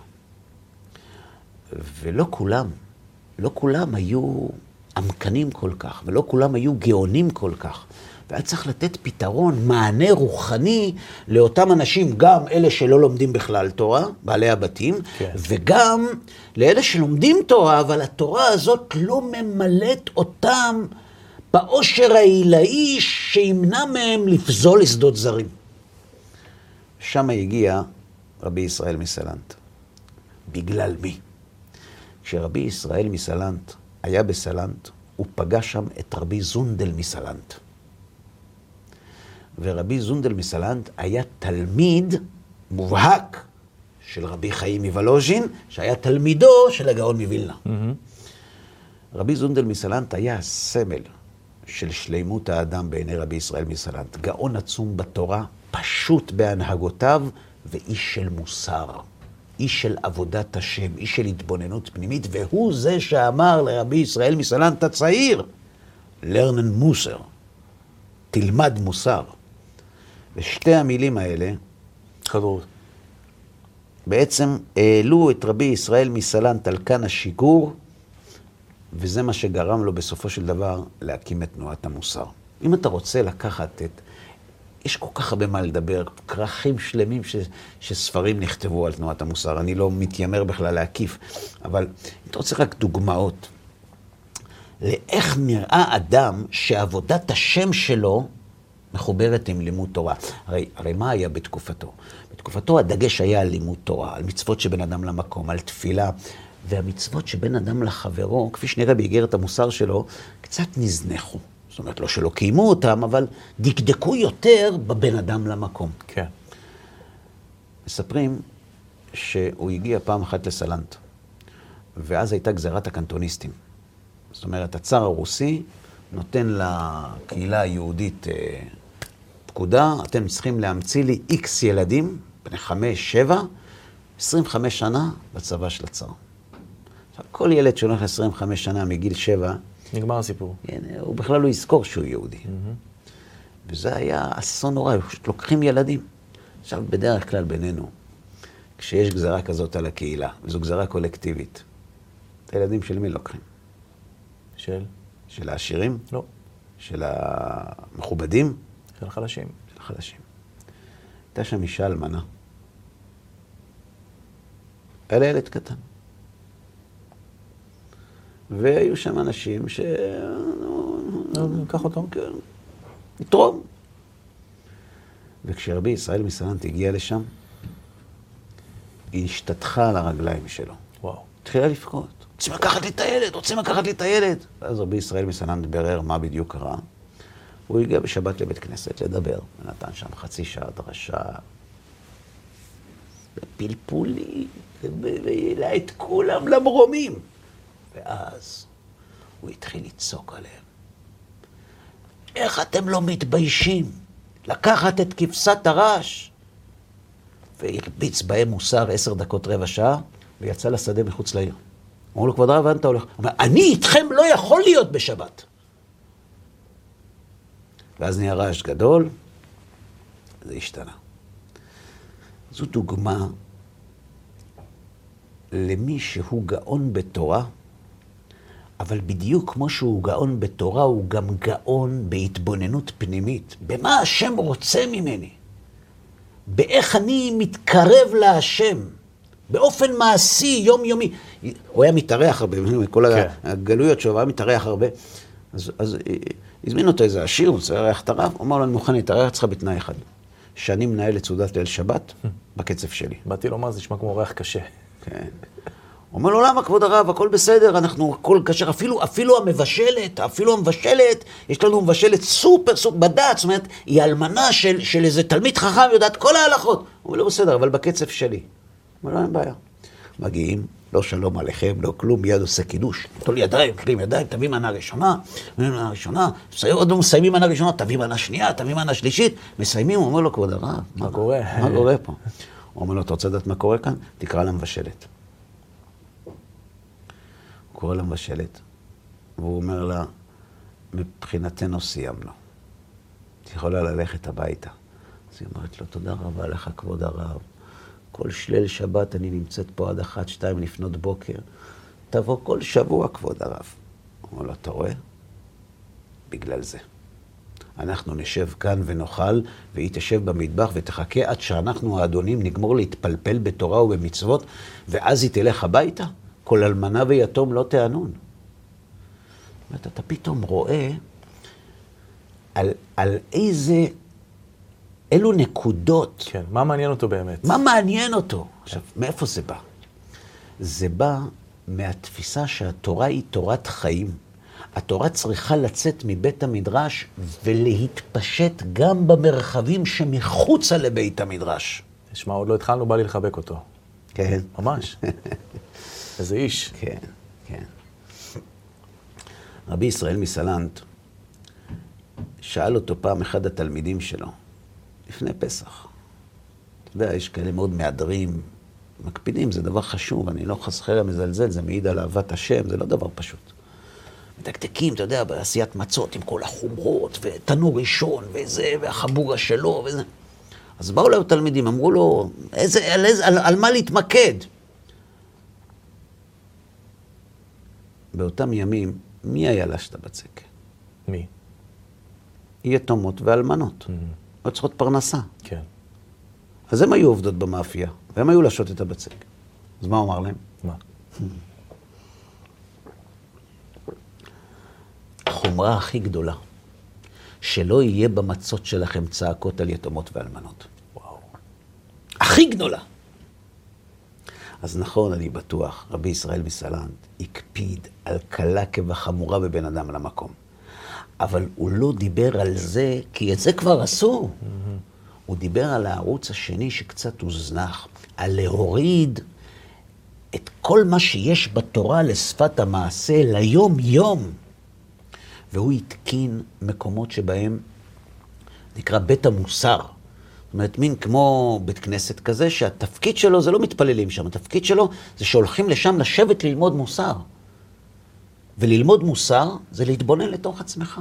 ולא כולם היו עמקנים כל כך, ולא כולם היו גאונים כל כך. והיה צריך לתת פתרון, מענה רוחני לאותם אנשים, גם אלה שלא לומדים בכלל תורה, בעלי הבתים, כן. וגם לאלה שלומדים תורה, אבל התורה הזאת לא ממלאת אותם באושר העילאי שימנע מהם לפזול לשדות זרים. שם הגיע רבי ישראל מסלנט. בגלל מי? כשרבי ישראל מסלנט היה בסלנט, הוא פגש שם את רבי זונדל מסלנט. ורבי זונדל מסלנט היה תלמיד מובהק של רבי חיים מוולוז'ין, שהיה תלמידו של הגאון מווילנה. רבי זונדל מסלנט היה הסמל של שלימות האדם בעיני רבי ישראל מסלנט. גאון עצום בתורה, פשוט בהנהגותיו, ואיש של מוסר. איש של עבודת השם, איש של התבוננות פנימית, והוא זה שאמר לרבי ישראל מסלנט הצעיר, לרנן מוסר, תלמד מוסר. ושתי המילים האלה, חדרות. בעצם העלו את רבי ישראל מסלנט על כאן השיגור, וזה מה שגרם לו בסופו של דבר להקים את תנועת המוסר. אם אתה רוצה לקחת יש כל כך הרבה מה לדבר, כרכים שלמים שספרים נכתבו על תנועת המוסר. אני לא מתיימר בכלל להקיף, אבל אם אתה רוצה רק דוגמאות, לאיך נראה אדם שעבודת השם שלו מחוברת עם לימוד תורה. הרי מה היה בתקופתו? בתקופתו הדגש היה על לימוד תורה, על מצוות שבין אדם למקום, על תפילה, והמצוות שבין אדם לחברו, כפי שנראה באיגרת המוסר שלו, קצת נזנחו. זאת אומרת, לא שלא קיימו אותם, אבל דקדקו יותר בבין אדם למקום. כן. מספרים שהוא הגיע פעם אחת לסלנט, ואז הייתה גזירת הקנטוניסטים. זאת אומרת, הצאר הרוסי נותן לקהילה היהודית פקודה, אתם צריכים להמציא לי X ילדים, בני 5, 7, 25 שנה בצבא של הצאר. עכשיו, כל ילד שהולך 25 שנה מגיל 7, נגמר הסיפור. הוא בכלל לא יזכור שהוא יהודי. וזה היה אסון נורא, פשוט לוקחים ילדים. עכשיו, בדרך כלל בינינו, כשיש גזרה כזאת על הקהילה, וזו גזרה קולקטיבית, את הילדים של מי לוקחים? של? של העשירים? לא. של המכובדים? של החלשים. של החלשים. הייתה שם אישה אלמנה. היה לה ילד קטן. והיו שם אנשים ניקח אותו. נתרום. וכשרבי ישראל מסלנט הגיע לשם, היא השתתחה על הרגליים שלו. וואו. התחילה לבכות. רוצים לקחת לי את הילד, רוצים לקחת לי את הילד. ואז רבי ישראל מסלנט ברר מה בדיוק קרה. הוא הגיע בשבת לבית כנסת לדבר, ונתן שם חצי שעה דרשה, בפלפולים, והעלה את כולם למרומים. ואז הוא התחיל לצעוק עליהם. איך אתם לא מתביישים לקחת את כבשת הרש? והרביץ בהם מוסר 10 דקות, רבע שעה, ויצא לשדה מחוץ לעיר. אמרו לו, כבוד הרב, אתה הולך? הוא אומר, אני איתכם לא יכול להיות בשבת. ואז נהיה רעש גדול, זה השתנה. זו דוגמה למי שהוא גאון בתורה, אבל בדיוק כמו שהוא גאון בתורה, הוא גם גאון בהתבוננות פנימית. במה השם רוצה ממני? באיך אני מתקרב להשם? באופן מעשי, יומיומי. הוא היה מתארח הרבה, כל הגלויות שהוא היה מתארח הרבה. אז הזמין אותו איזה עשיר, הוא רוצה לארח את הרב, הוא אמר לו, אני מוכן להתארח אצלך בתנאי אחד. שאני מנהל את סעודת ליל שבת בקצב שלי. באתי לומר, זה נשמע כמו אורח קשה. כן. הוא אומר לו, למה כבוד הרב, הכל בסדר, אנחנו הכל קשר, אפילו המבשלת, יש לנו מבשלת סופר בדעת, זאת אומרת, היא אלמנה של איזה תלמיד חכם, יודעת כל ההלכות. הוא אומר לו, בסדר, אבל בקצב שלי. הוא אומר לו, אין בעיה. מגיעים, לא שלום עליכם, לא כלום, מיד עושה קידוש. תול ידיים, קרים ידיים, תביא מנה ראשונה, עוד לא מסיימים מנה ראשונה, תביא מנה שנייה, תביא מנה שלישית, מסיימים, הוא אומר לו, כבוד הרב, מה קורה? מה קורה פה? הוא אומר לו, אתה רוצה לדעת מה קורה כאן? תקרא למבשלת. הוא קורא למבשלת, והוא אומר לה, מבחינתנו סיימנו. את יכולה ללכת הביתה. אז היא אומרת לו, תודה רבה לך, כבוד הרב. כל שליל שבת אני נמצאת פה עד 1-2 לפנות בוקר. תבוא כל שבוע, כבוד הרב. הוא אומר לו, אתה רואה? בגלל זה. אנחנו נשב כאן ונאכל, והיא תשב במטבח ותחכה עד שאנחנו האדונים נגמור להתפלפל בתורה ובמצוות, ואז היא תלך הביתה. כל אלמנה ויתום לא תענון. אתה פתאום רואה על אילו נקודות. כן, מה מעניין אותו באמת? מה מעניין אותו? עכשיו, מאיפה זה בא? זה בא מהתפיסה שהתורה היא תורת חיים. התורה צריכה לצאת מבית המדרש ולהתפשט גם במרחבים שמחוצה לבית המדרש. תשמע, עוד לא התחלנו, בא לי לחבק אותו. כן. ממש. איזה איש. כן, כן. רבי ישראל מסלנט שאל אותו פעם אחד התלמידים שלו, לפני פסח. אתה יודע, יש כאלה מאוד מהדרים, מקפידים, זה דבר חשוב, אני לא חס וחלילה מזלזל, זה מעיד על אהבת השם, זה לא דבר פשוט. מדקדקים, אתה יודע, בעשיית מצות עם כל החומרות, ותנור ראשון, וזה, והחבורה שלו, וזה. אז באו לו תלמידים, אמרו לו, על מה להתמקד? באותם ימים, מי היה לשת בצק? מי? יתומות ואלמנות. לא צריכות פרנסה. כן. אז הם היו עובדות במאפייה, והם היו לשות את הבצק. אז מה הוא אמר להם? מה? החומרה הכי גדולה, שלא יהיה במצות שלכם צעקות על יתומות ואלמנות. וואו. הכי גדולה. אז נכון, אני בטוח, רבי ישראל מסלנט הקפיד על קלה כבחמורה בבן אדם על המקום. אבל הוא לא דיבר על זה, כי את זה כבר עשו. הוא דיבר על הערוץ השני שקצת הוזנח, על להוריד את כל מה שיש בתורה לשפת המעשה ליום-יום. והוא התקין מקומות שבהם נקרא בית המוסר. זאת אומרת, מין כמו בית כנסת כזה, שהתפקיד שלו זה לא מתפללים שם, התפקיד שלו זה שהולכים לשם לשבת ללמוד מוסר. וללמוד מוסר זה להתבונן לתוך עצמך.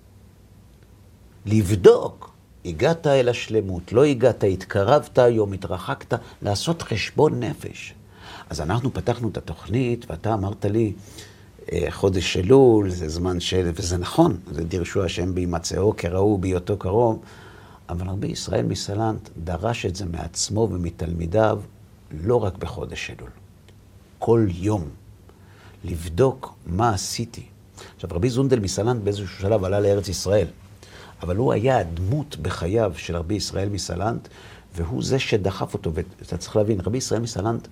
לבדוק, הגעת אל השלמות, לא הגעת, התקרבת היום, התרחקת, לעשות חשבון נפש. אז אנחנו פתחנו את התוכנית, ואתה אמרת לי, חודש אלול, זה זמן וזה נכון, זה דרשו השם בהימצאו כראו בהיותו קרוב, אבל רבי ישראל מסלנט דרש את זה מעצמו ומתלמידיו, לא רק בחודש אלול. כל יום, לבדוק מה עשיתי. עכשיו, רבי זונדל מסלנט באיזשהו שלב עלה לארץ ישראל, אבל הוא היה הדמות בחייו של רבי ישראל מסלנט, והוא זה שדחף אותו, ואתה צריך להבין, רבי ישראל מסלנט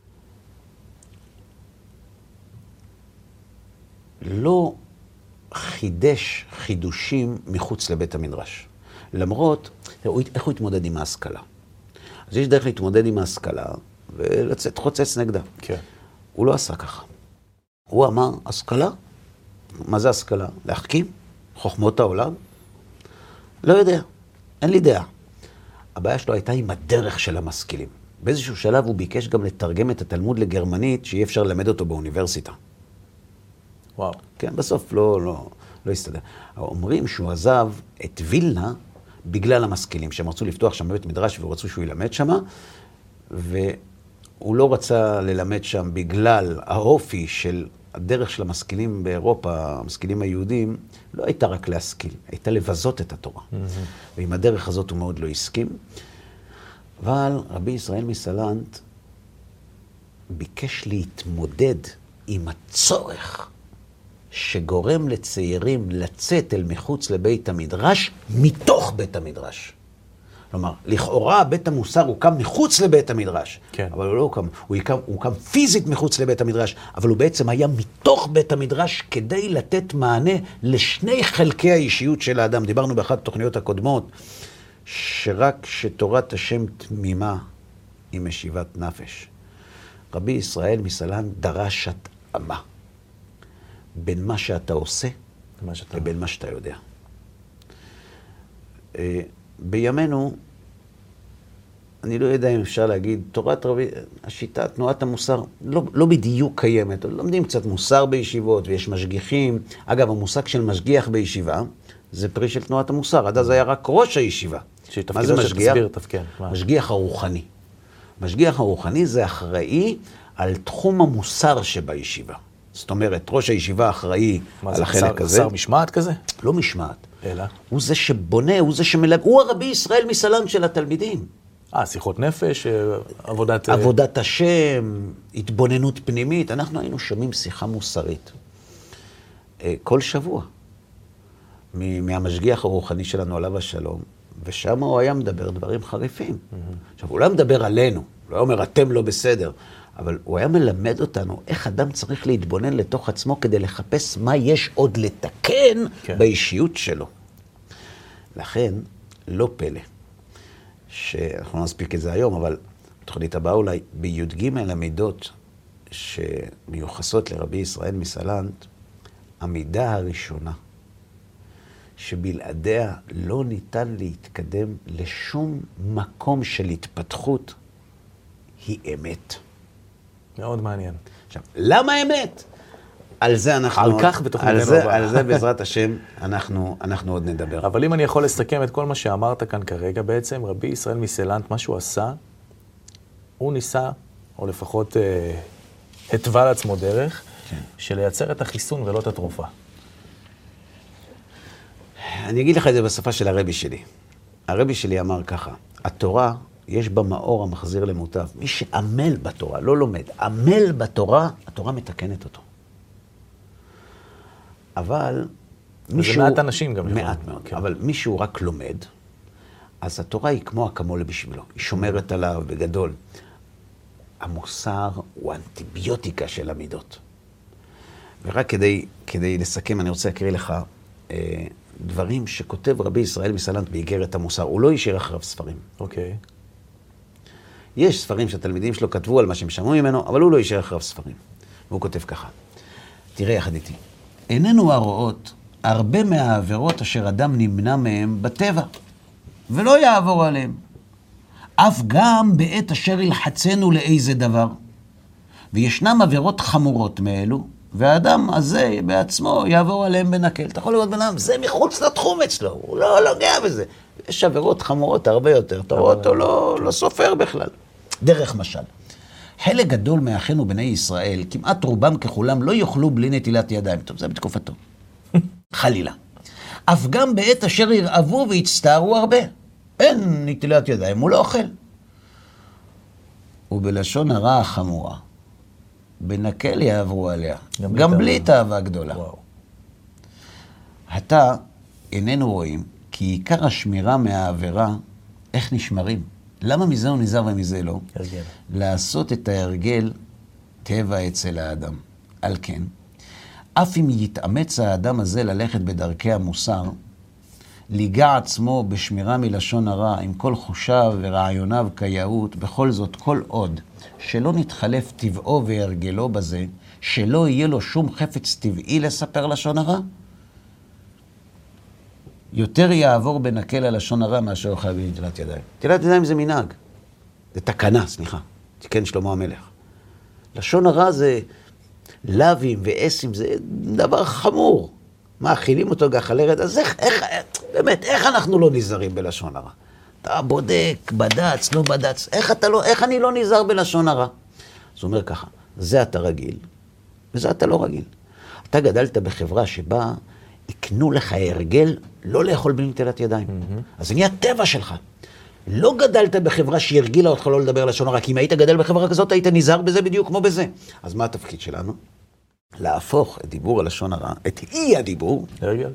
לא חידש חידושים מחוץ לבית המדרש. למרות, איך הוא התמודד עם ההשכלה? אז יש דרך להתמודד עם ההשכלה ולצאת חוצץ נגדה. כן. הוא לא עשה ככה. הוא אמר, השכלה? מה זה השכלה? להחכים? חוכמות העולם? לא יודע, אין לי דעה. הבעיה שלו הייתה עם הדרך של המשכילים. באיזשהו שלב הוא ביקש גם לתרגם את התלמוד לגרמנית, שאי אפשר ללמד אותו באוניברסיטה. וואו. כן, בסוף לא הסתדר. אומרים שהוא עזב את וילנה בגלל המשכילים, שהם רצו לפתוח שם בית מדרש ורצו שהוא ילמד שם, והוא לא רצה ללמד שם בגלל האופי של הדרך של המשכילים באירופה, המשכילים היהודים, לא הייתה רק להשכיל, הייתה לבזות את התורה. ועם הדרך הזאת הוא מאוד לא הסכים. אבל רבי ישראל מסלנט ביקש להתמודד עם הצורך שגורם לצעירים לצאת אל מחוץ לבית המדרש, מתוך בית המדרש. כלומר, לכאורה בית המוסר הוקם מחוץ לבית המדרש, כן. אבל הוא לא הוקם, הוא הוקם פיזית מחוץ לבית המדרש, אבל הוא בעצם היה מתוך בית המדרש כדי לתת מענה לשני חלקי האישיות של האדם. דיברנו באחת התוכניות הקודמות, שרק שתורת השם תמימה היא משיבת נפש. רבי ישראל מסלנט דרש התאמה בין מה שאתה עושה לבין מה שאתה יודע. בימינו, אני לא יודע אם אפשר להגיד, תורת רבי, השיטה, תנועת המוסר, לא בדיוק קיימת. לומדים קצת מוסר בישיבות ויש משגיחים. אגב, המושג של משגיח בישיבה, זה פרי של תנועת המוסר. עד אז היה רק ראש הישיבה. מה זה משגיח? משגיח הרוחני. משגיח הרוחני זה אחראי על תחום המוסר שבישיבה. זאת אומרת, ראש הישיבה אחראי על החלק הזה. שר משמעת כזה? לא משמעת. אלא? הוא זה שבונה, הוא זה שמלמד. הוא הרבי ישראל מסלנט של התלמידים. שיחות נפש, עבודת השם, התבוננות פנימית. אנחנו היינו שומעים שיחה מוסרית. כל שבוע. מהמשגיח הרוחני שלנו עליו השלום. ושם הוא היה מדבר דברים חריפים. עכשיו, הוא לא מדבר עלינו. הוא לא אומר, אתם לא בסדר. אבל הוא היה מלמד אותנו איך אדם צריך להתבונן לתוך עצמו כדי לחפש מה יש עוד לתקן באישיות שלו. לכן, לא פלא, שאנחנו נספיק את זה היום, אבל בתוכנית הבאה אולי, בי"ג המידות שמיוחסות לרבי ישראל מסלנט, המידה הראשונה, שבלעדיה לא ניתן להתקדם לשום מקום של התפתחות, היא אמת. מאוד מעניין. עכשיו, למה אמת? על זה אנחנו... על כך בתוכניתנו הבאה. על זה בעזרת השם אנחנו עוד נדבר. אבל אם אני יכול לסכם את כל מה שאמרת כאן כרגע, בעצם רבי ישראל מסלנט, מה שהוא עשה, הוא ניסה, או לפחות התווה לעצמו דרך, של לייצר את החיסון ולא את התרופה. אני אגיד לך את זה בשפה של הרבי שלי. הרבי שלי אמר ככה, התורה... יש בה מאור המחזיר למוטב. מי שעמל בתורה, לא לומד, עמל בתורה, התורה מתקנת אותו. אבל מישהו... זה מעט אנשים גם. מעט מאוד. כן. אבל מישהו רק לומד, אז התורה היא כמו אקמול בשבילו. היא שומרת עליו בגדול. המוסר הוא אנטיביוטיקה של המידות. ורק כדי לסכם, אני רוצה להקריא לך דברים שכותב רבי ישראל מסלנט באיגרת המוסר. הוא לא השאיר אחריו ספרים. אוקיי. יש ספרים שהתלמידים שלו כתבו על מה שהם שמעו ממנו, אבל הוא לא יישאר אחריו ספרים. והוא כותב ככה, תראה יחד איתי. איננו הרואות הרבה מהעבירות אשר אדם נמנע מהם בטבע, ולא יעבור עליהם. אף גם בעת אשר ילחצנו לאיזה דבר. וישנם עבירות חמורות מאלו, והאדם הזה בעצמו יעבור עליהם בנקל. אתה יכול לראות בנאדם, זה מחוץ לתחום אצלו, הוא לא נוגע בזה. יש עבירות חמורות הרבה יותר, אתה רואה אותו לא סופר בכלל. דרך משל. חלק גדול מאחינו בני ישראל, כמעט רובם ככולם, לא יאכלו בלי נטילת ידיים. טוב, זה בתקופתו. חלילה. אף גם בעת אשר ירעבו והצטערו הרבה. אין נטילת ידיים, הוא לא אוכל. ובלשון הרע החמורה, בנקל יעברו עליה. גם בלי תאווה גדולה. וואו. עתה איננו רואים כי עיקר השמירה מהעבירה, איך נשמרים? למה מזה הוא נזהר ומזה לא? הרגל. לעשות את ההרגל טבע אצל האדם. על כן, אף אם יתאמץ האדם הזה ללכת בדרכי המוסר, ליגע עצמו בשמירה מלשון הרע, עם כל חושיו ורעיוניו כיאות, בכל זאת כל עוד שלא נתחלף טבעו והרגלו בזה, שלא יהיה לו שום חפץ טבעי לספר לשון הרע, יותר יעבור בנקל הלשון הרע מאשר חייב בנטילת ידיים. נטילת ידיים זה מנהג. זה תקנה, סליחה. תיקן שלמה המלך. לשון הרע זה לווים ואסים, זה דבר חמור. מה, אכילים אותו גחלי רד? אז באמת, איך אנחנו לא נזהרים בלשון הרע? אתה בודק, בדץ, לא בדץ, איך אני לא נזהר בלשון הרע? אז הוא אומר ככה, זה אתה רגיל, וזה אתה לא רגיל. אתה גדלת בחברה שבה יקנו לך הרגל לא לאכול בנטילת ידיים. אז זה נהיה טבע שלך. לא גדלת בחברה שהרגילה אותך לא לדבר לשון הרע, כי אם היית גדל בחברה כזאת, היית נזהר בזה בדיוק כמו בזה. אז מה התפקיד שלנו? להפוך את דיבור הלשון הרע, את אי הדיבור,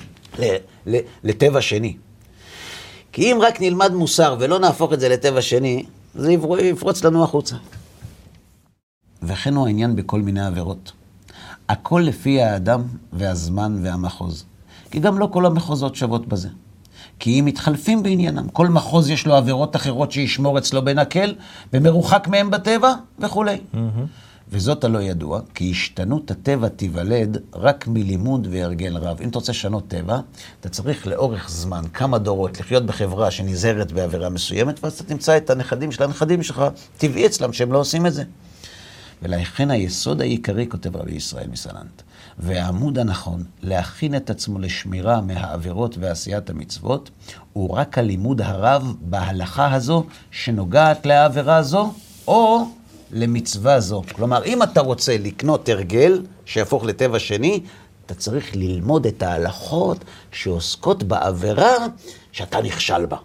לטבע שני. כי אם רק נלמד מוסר ולא נהפוך את זה לטבע שני, זה יפרוץ לנו החוצה. וכן הוא העניין בכל מיני עבירות. הכל לפי האדם והזמן והמחוז. כי גם לא כל המחוזות שוות בזה. כי אם מתחלפים בעניינם, כל מחוז יש לו עבירות אחרות שישמור אצלו בנקל, ומרוחק מהם בטבע וכו'. וזאת הלא ידוע, כי השתנות הטבע תיוולד רק מלימוד והרגל רב. אם אתה רוצה לשנות טבע, אתה צריך לאורך זמן, כמה דורות, לחיות בחברה שנזהרת בעבירה מסוימת, ואז אתה תמצא את הנכדים של הנכדים שלך, טבעי אצלם שהם לא עושים את זה. ולכן היסוד העיקרי, כותב רבי ישראל מסלנט, והעמוד הנכון להכין את עצמו לשמירה מהעבירות ועשיית המצוות, הוא רק הלימוד הרב בהלכה הזו שנוגעת לעבירה הזו, או למצווה זו. כלומר, אם אתה רוצה לקנות הרגל שיהפוך לטבע שני, אתה צריך ללמוד את ההלכות שעוסקות בעבירה שאתה נכשל בה.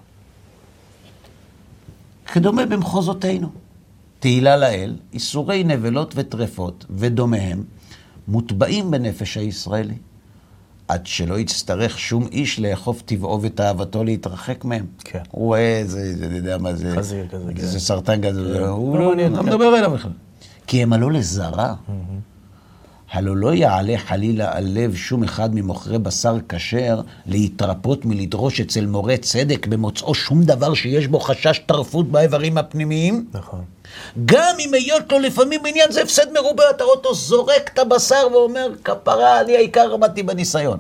כדומה במחוזותינו. תהילה לאל, איסורי נבלות וטרפות ודומיהם מוטבעים בנפש הישראלי, עד שלא יצטרך שום איש לאכוף טבעו ותאוותו להתרחק מהם. כן. הוא רואה, זה יודע מה זה, חזיר כזה, כן. זה סרטן כזה, הוא לא מעניין, לא כן. מדבר אליו בכלל. כי הם הלא לזרה. הלא לא יעלה חלילה על לב שום אחד ממוכרי בשר כשר להתרפות מלדרוש אצל מורה צדק במוצאו שום דבר שיש בו חשש טרפות באיברים הפנימיים. נכון. גם אם היות לו לפעמים בעניין זה הפסד מרובה, אתה אותו זורק את הבשר ואומר, כפרה, אני העיקר רמדתי בניסיון.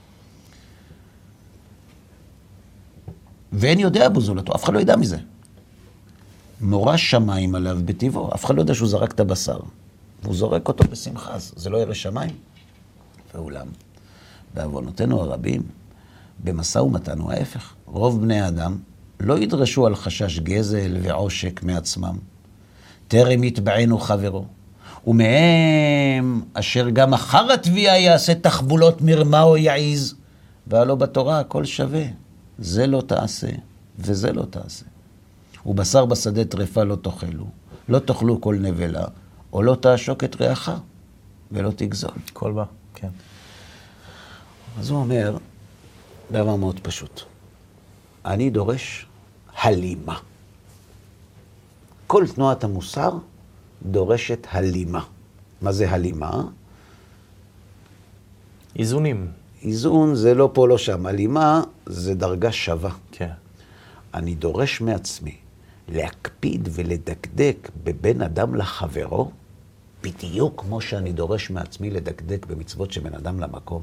ואין יודע בוזולתו, אף אחד לא ידע מזה. מורה שמיים עליו בטבעו, אף אחד לא יודע שהוא זרק את הבשר. והוא זורק אותו בשמחה, אז זה לא ירא שמיים. ואולם, בעוונותינו הרבים, במשא ומתן הוא ההפך. רוב בני האדם לא ידרשו על חשש גזל ועושק מעצמם. טרם יתבענו חברו. ומהם אשר גם אחר התביעה יעשה תחבולות מרמה או יעיז. והלא בתורה הכל שווה. זה לא תעשה וזה לא תעשה. ובשר בשדה טרפה לא תאכלו. לא תאכלו כל נבלה. או לא תעשוק את ריח ולא תגזול. כל בה, כן. אז הוא אומר דבר מאוד פשוט. אני דורש הלימה. כל תנועת המוסר דורשת הלימה. מה זה הלימה? איזונים. איזון זה לא פה לא שם. הלימה זה דרגה שווה. כן. אני דורש מעצמי להקפיד ולדקדק בבין אדם לחברו, בדיוק כמו שאני דורש מעצמי לדקדק במצוות שבין אדם למקום.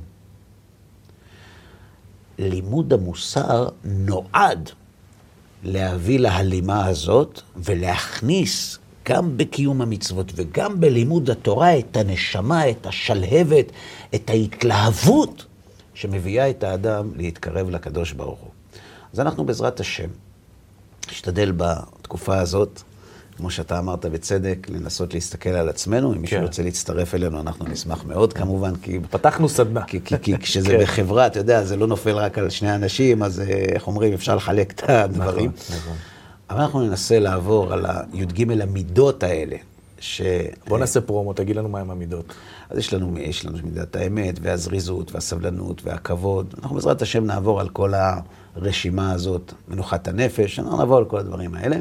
לימוד המוסר נועד להביא להלימה הזאת ולהכניס גם בקיום המצוות וגם בלימוד התורה את הנשמה, את השלהבת, את ההתלהבות שמביאה את האדם להתקרב לקדוש ברוך הוא. אז אנחנו בעזרת השם נשתדל בתקופה הזאת, כמו שאתה אמרת בצדק, לנסות להסתכל על עצמנו. אם מישהו רוצה להצטרף אלינו, אנחנו נשמח מאוד כמובן, כי פתחנו סדנה. כי כשזה בחברה, אתה יודע, זה לא נופל רק על שני אנשים, אז איך אומרים, אפשר לחלק את הדברים. נכון. אבל אנחנו ננסה לעבור על י"ג המידות האלה. בוא נעשה פרומו, תגיד לנו מהם המידות. אז יש לנו מידת האמת והזריזות והסבלנות והכבוד. אנחנו בעזרת השם נעבור על כל הרשימה הזאת, מנוחת הנפש, אנחנו נעבור על כל הדברים האלה.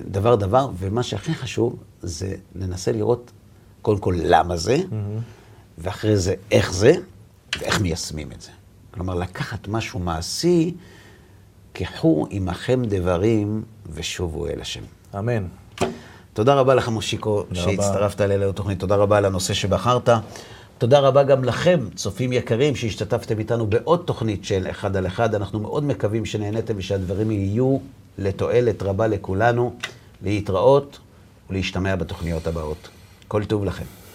ודבר, ומה שהכי חשוב זה ננסה לראות קודם כל למה זה, ואחרי זה איך זה, ואיך מיישמים את זה. כלומר, לקחת משהו מעשי, קחו עמכם דברים ושובו אל השם. אמן. תודה רבה לך, מושיקו, שהצטרפת אלינו לתוכנית. תודה רבה על הנושא שבחרת. תודה רבה גם לכם, צופים יקרים, שהשתתפתם איתנו בעוד תוכנית של אחד על אחד. אנחנו מאוד מקווים שנהנתם ושהדברים יהיו לתועלת רבה לכולנו, להתראות ולהשתמע בתוכניות הבאות. כל טוב לכם.